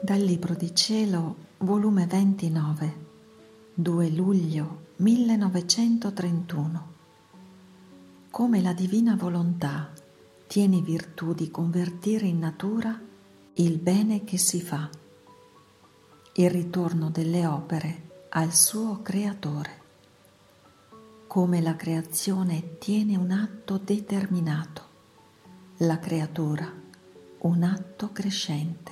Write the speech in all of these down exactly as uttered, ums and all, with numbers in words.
Dal Libro di Cielo, volume ventinove, due luglio millenovecentotrentuno. Come la divina volontà tiene virtù di convertire in natura il bene che si fa. Il ritorno delle opere al suo creatore. Come la creazione tiene un atto determinato, la creatura un atto crescente.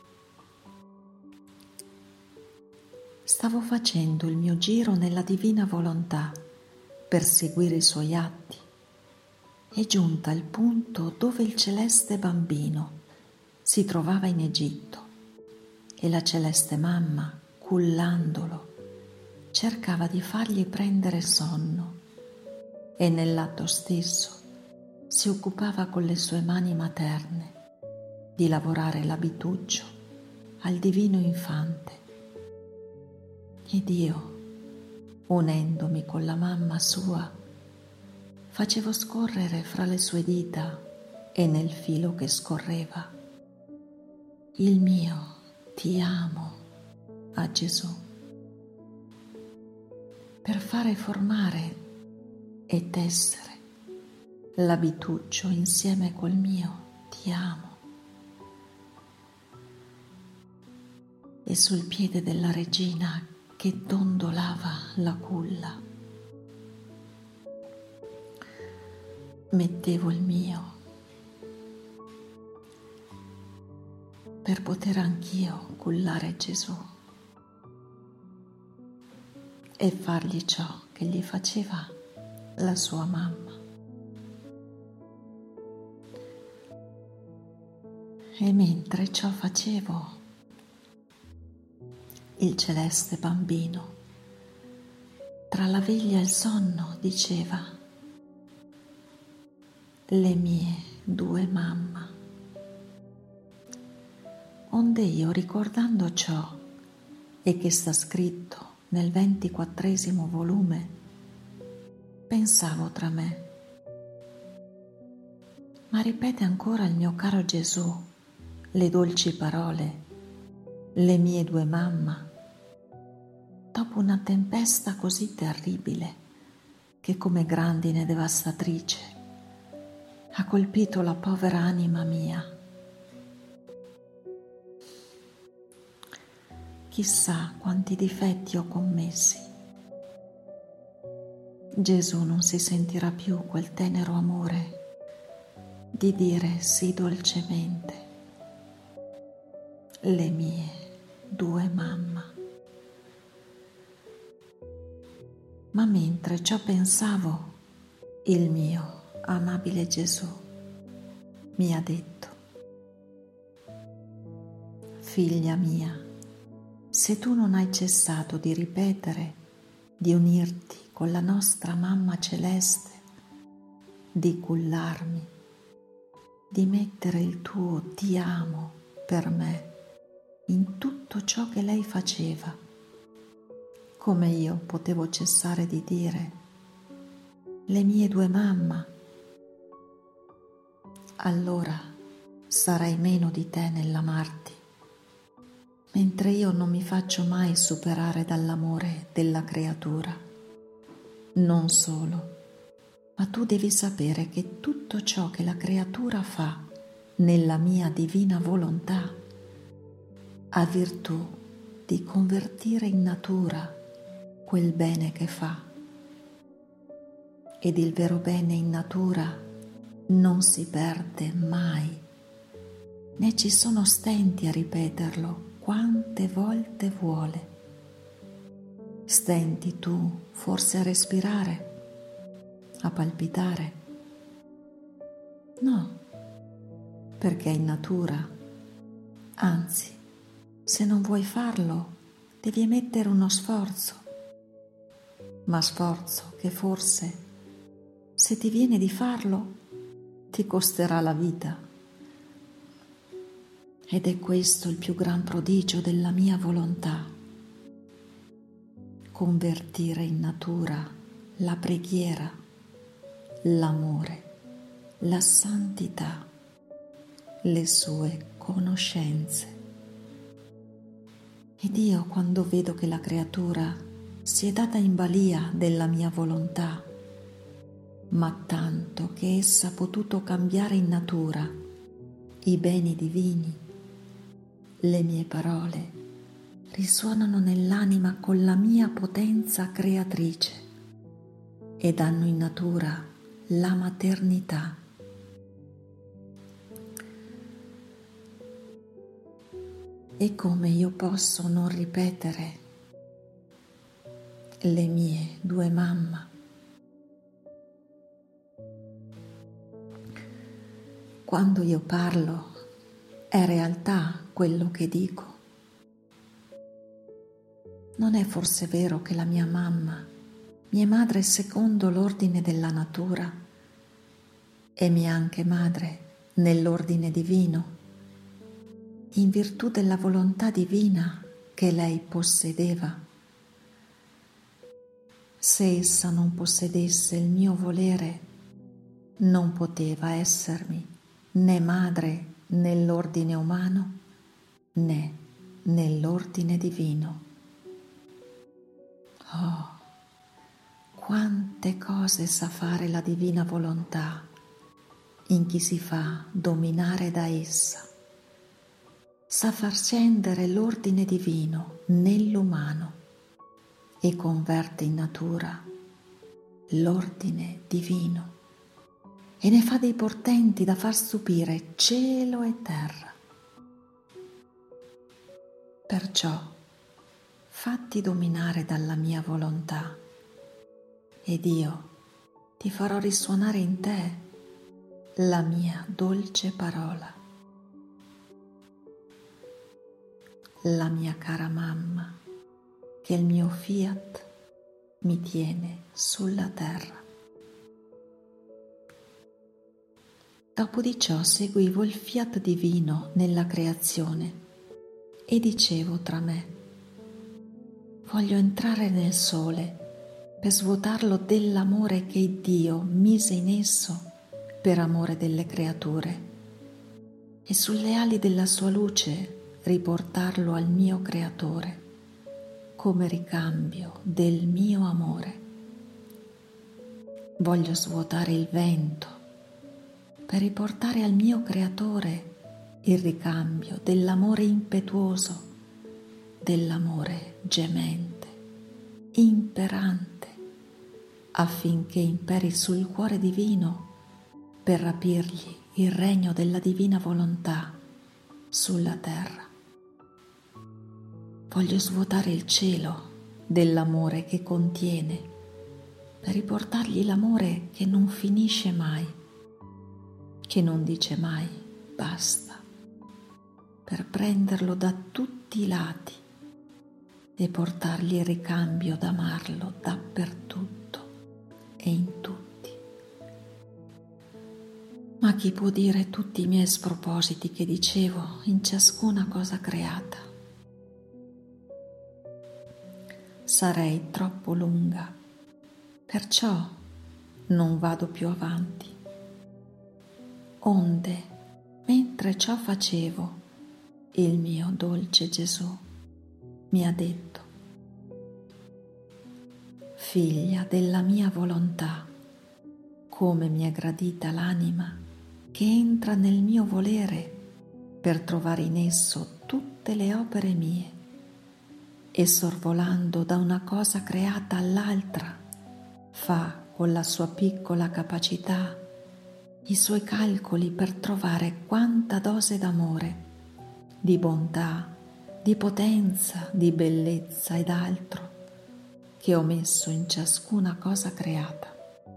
Stavo facendo il mio giro nella divina volontà per seguire i suoi atti e giunta al punto dove il celeste bambino si trovava in Egitto e la celeste mamma, cullandolo, cercava di fargli prendere sonno e nell'atto stesso si occupava con le sue mani materne di lavorare l'abituccio al divino infante. Ed io, unendomi con la mamma sua, facevo scorrere fra le sue dita e nel filo che scorreva il mio ti amo a Gesù, per fare formare e tessere l'abituccio insieme col mio ti amo. E sul piede della regina che dondolava la culla mettevo il mio per poter anch'io cullare Gesù e fargli ciò che gli faceva la sua mamma. E mentre ciò facevo, il celeste bambino, tra la veglia e il sonno, diceva: le mie due mamma. Onde io, ricordando ciò, e che sta scritto nel ventiquattresimo volume, pensavo tra me: ma ripete ancora il mio caro Gesù le dolci parole, le mie due mamma, dopo una tempesta così terribile che come grandine devastatrice ha colpito la povera anima mia. Chissà quanti difetti ho commessi. Gesù non si sentirà più quel tenero amore di dire sì dolcemente: le mie due mamma. Ma mentre ciò pensavo, il mio amabile Gesù mi ha detto: figlia mia, se tu non hai cessato di ripetere, di unirti con la nostra mamma celeste, di cullarmi, di mettere il tuo ti amo per me in tutto ciò che lei faceva, come io potevo cessare di dire le mie due mamma, allora sarai meno di te nell'amarti, mentre io non mi faccio mai superare dall'amore della creatura. Non solo, ma tu devi sapere che tutto ciò che la creatura fa nella mia divina volontà ha virtù di convertire in natura quel bene che fa. Ed il vero bene in natura non si perde mai, né ci sono stenti a ripeterlo quante volte vuole. Stenti tu forse a respirare, a palpitare? No, perché in natura, anzi, se non vuoi farlo, devi emettere uno sforzo, ma sforzo che forse, se ti viene di farlo, ti costerà la vita. Ed è questo il più gran prodigio della mia volontà: convertire in natura la preghiera, l'amore, la santità, le sue conoscenze. Ed io, quando vedo che la creatura si è data in balia della mia volontà, ma tanto che essa ha potuto cambiare in natura i beni divini, le mie parole risuonano nell'anima con la mia potenza creatrice e danno in natura la maternità. E come io posso non ripetere le mie due mamma? Quando io parlo è realtà quello che dico. Non è forse vero che la mia mamma, mia madre secondo l'ordine della natura, è mia anche madre nell'ordine divino, in virtù della volontà divina che lei possedeva? Se essa non possedesse il mio volere, non poteva essermi né madre nell'ordine umano né nell'ordine divino. Oh, quante cose sa fare la divina volontà in chi si fa dominare da essa. Sa far scendere l'ordine divino nell'umano e converte in natura l'ordine divino e ne fa dei portenti da far stupire cielo e terra. Perciò fatti dominare dalla mia volontà ed io ti farò risuonare in te la mia dolce parola. La mia cara mamma, che il mio fiat mi tiene sulla terra. Dopo di ciò seguivo il fiat divino nella creazione e dicevo tra me: voglio entrare nel sole per svuotarlo dell'amore che Dio mise in esso per amore delle creature e sulle ali della sua luce riportarlo al mio creatore come ricambio del mio amore. Voglio svuotare il vento per riportare al mio creatore il ricambio dell'amore impetuoso, dell'amore gemente, imperante, affinché imperi sul cuore divino per rapirgli il regno della divina volontà sulla terra. Voglio svuotare il cielo dell'amore che contiene per riportargli l'amore che non finisce mai, che non dice mai basta, per prenderlo da tutti i lati e portargli il ricambio d'amarlo dappertutto e in tutti. Ma chi può dire tutti i miei spropositi che dicevo in ciascuna cosa creata? Sarei troppo lunga, perciò non vado più avanti. Onde, mentre ciò facevo, il mio dolce Gesù mi ha detto: figlia della mia volontà, come mi è gradita l'anima che entra nel mio volere per trovare in esso tutte le opere mie e sorvolando da una cosa creata all'altra fa con la sua piccola capacità i suoi calcoli per trovare quanta dose d'amore, di bontà, di potenza, di bellezza ed altro che ho messo in ciascuna cosa creata.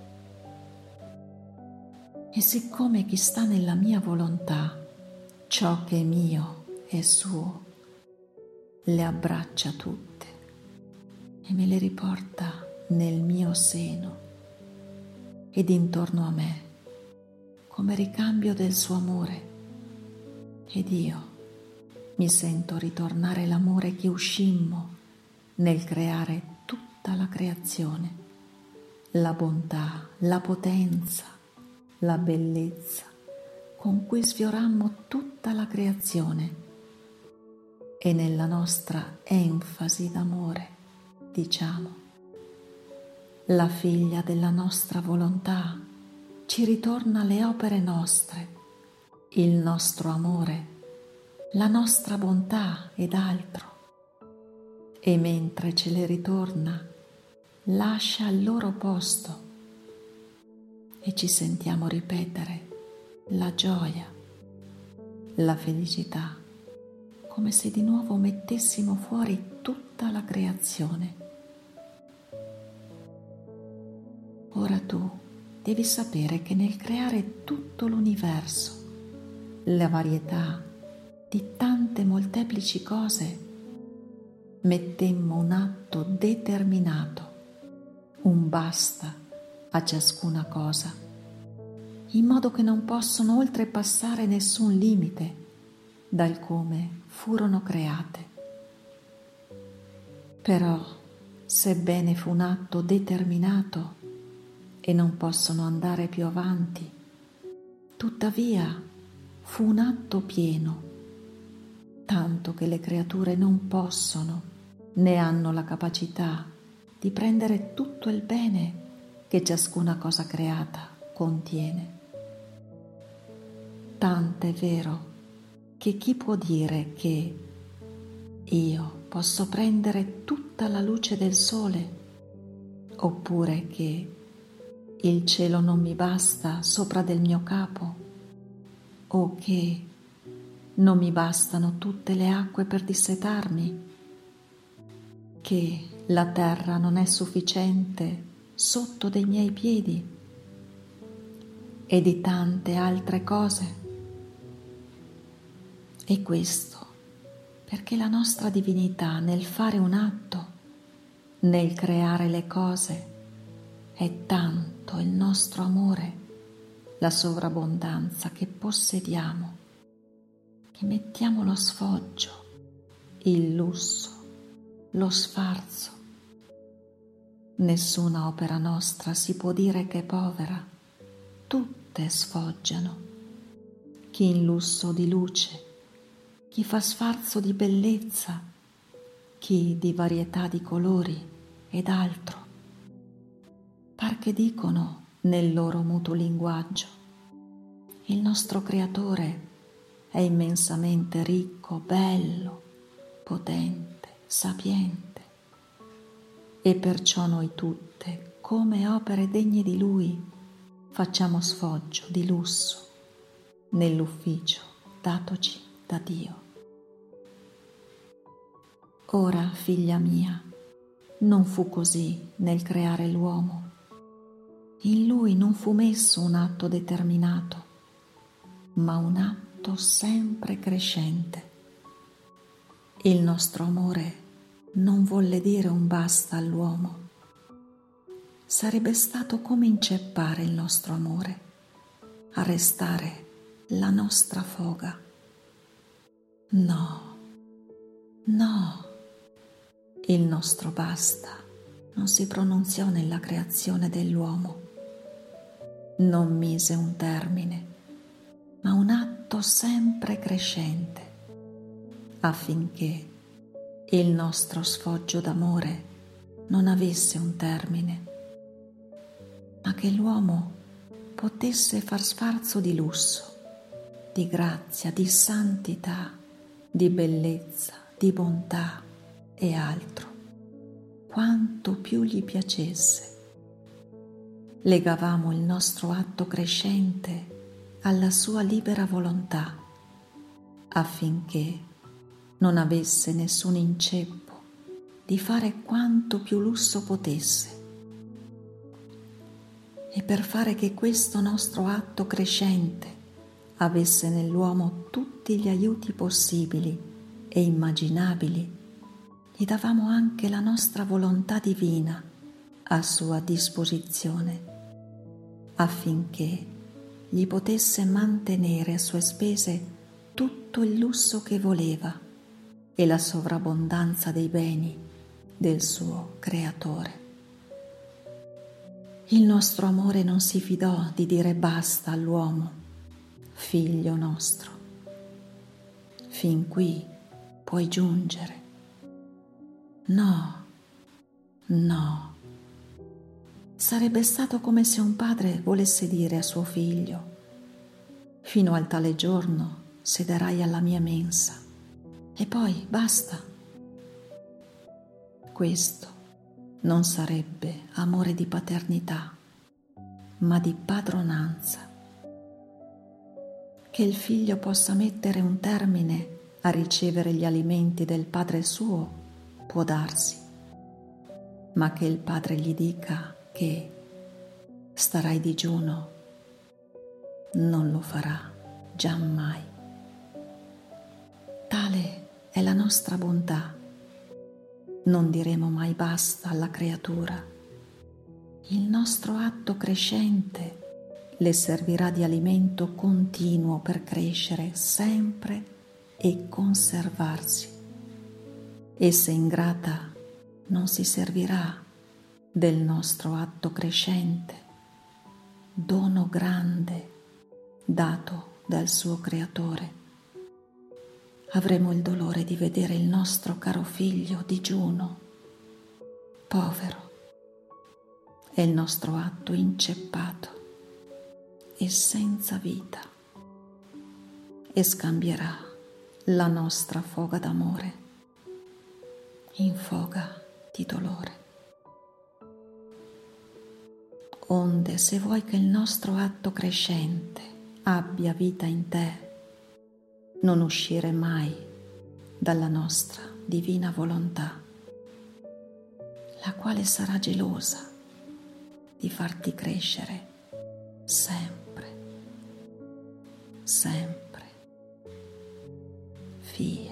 E siccome chi sta nella mia volontà, ciò che è mio è suo, le abbraccia tutte e me le riporta nel mio seno ed intorno a me come ricambio del suo amore, ed io mi sento ritornare l'amore che uscimmo nel creare tutta la creazione, la bontà, la potenza, la bellezza con cui sfiorammo tutta la creazione e nella nostra enfasi d'amore diciamo: la figlia della nostra volontà ci ritorna le opere nostre, il nostro amore, la nostra bontà ed altro, e mentre ce le ritorna lascia al loro posto e ci sentiamo ripetere la gioia, la felicità, come se di nuovo mettessimo fuori tutta la creazione. Ora tu devi sapere che nel creare tutto l'universo, la varietà di tante molteplici cose, mettemmo un atto determinato, un basta a ciascuna cosa, in modo che non possono oltrepassare nessun limite dal come furono create. Però, sebbene fu un atto determinato e non possono andare più avanti, tuttavia fu un atto pieno, tanto che le creature non possono né hanno la capacità di prendere tutto il bene che ciascuna cosa creata contiene. Tant'è vero che chi può dire che io posso prendere tutta la luce del sole, oppure che il cielo non mi basta sopra del mio capo, o che non mi bastano tutte le acque per dissetarmi, che la terra non è sufficiente sotto dei miei piedi e di tante altre cose. E questo perché la nostra divinità nel fare un atto, nel creare le cose, è tanto il nostro amore, la sovrabbondanza che possediamo, che mettiamo lo sfoggio, il lusso, lo sfarzo. Nessuna opera nostra si può dire che è povera, tutte sfoggiano, chi in lusso di luce, chi fa sfarzo di bellezza, chi di varietà di colori ed altro. Par che dicono nel loro muto linguaggio: il nostro creatore è immensamente ricco, bello, potente, sapiente, e perciò noi tutte, come opere degne di lui, facciamo sfoggio di lusso nell'ufficio datoci da Dio. Ora, figlia mia, non fu così nel creare l'uomo. In lui non fu messo un atto determinato, ma un atto sempre crescente. Il nostro amore non volle dire un basta all'uomo. Sarebbe stato come inceppare il nostro amore, arrestare la nostra foga. No, no, il nostro basta non si pronunziò nella creazione dell'uomo. Non mise un termine, ma un atto sempre crescente, affinché il nostro sfoggio d'amore non avesse un termine, ma che l'uomo potesse far sfarzo di lusso, di grazia, di santità, di bellezza, di bontà e altro, quanto più gli piacesse. Legavamo il nostro atto crescente alla sua libera volontà, affinché non avesse nessun inceppo di fare quanto più lusso potesse. E per fare che questo nostro atto crescente avesse nell'uomo tutti gli aiuti possibili e immaginabili, gli davamo anche la nostra volontà divina a sua disposizione, affinché gli potesse mantenere a sue spese tutto il lusso che voleva e la sovrabbondanza dei beni del suo creatore. Il nostro amore non si fidò di dire basta all'uomo, figlio nostro. Fin qui puoi giungere. No, no. Sarebbe stato come se un padre volesse dire a suo figlio: fino al tale giorno sederai alla mia mensa e poi basta. Questo non sarebbe amore di paternità, ma di padronanza. Che il figlio possa mettere un termine a ricevere gli alimenti del padre suo può darsi, ma che il padre gli dica che starai digiuno non lo farà giammai. Tale è la nostra bontà. Non diremo mai basta alla creatura. Il nostro atto crescente le servirà di alimento continuo per crescere sempre e conservarsi. E se ingrata non si servirà del nostro atto crescente, dono grande dato dal suo creatore. Avremo il dolore di vedere il nostro caro figlio digiuno, povero, e il nostro atto inceppato e senza vita, e scambierà la nostra foga d'amore in foga di dolore. Onde, se vuoi che il nostro atto crescente abbia vita in te, non uscire mai dalla nostra divina volontà, la quale sarà gelosa di farti crescere sempre, sempre, figlia.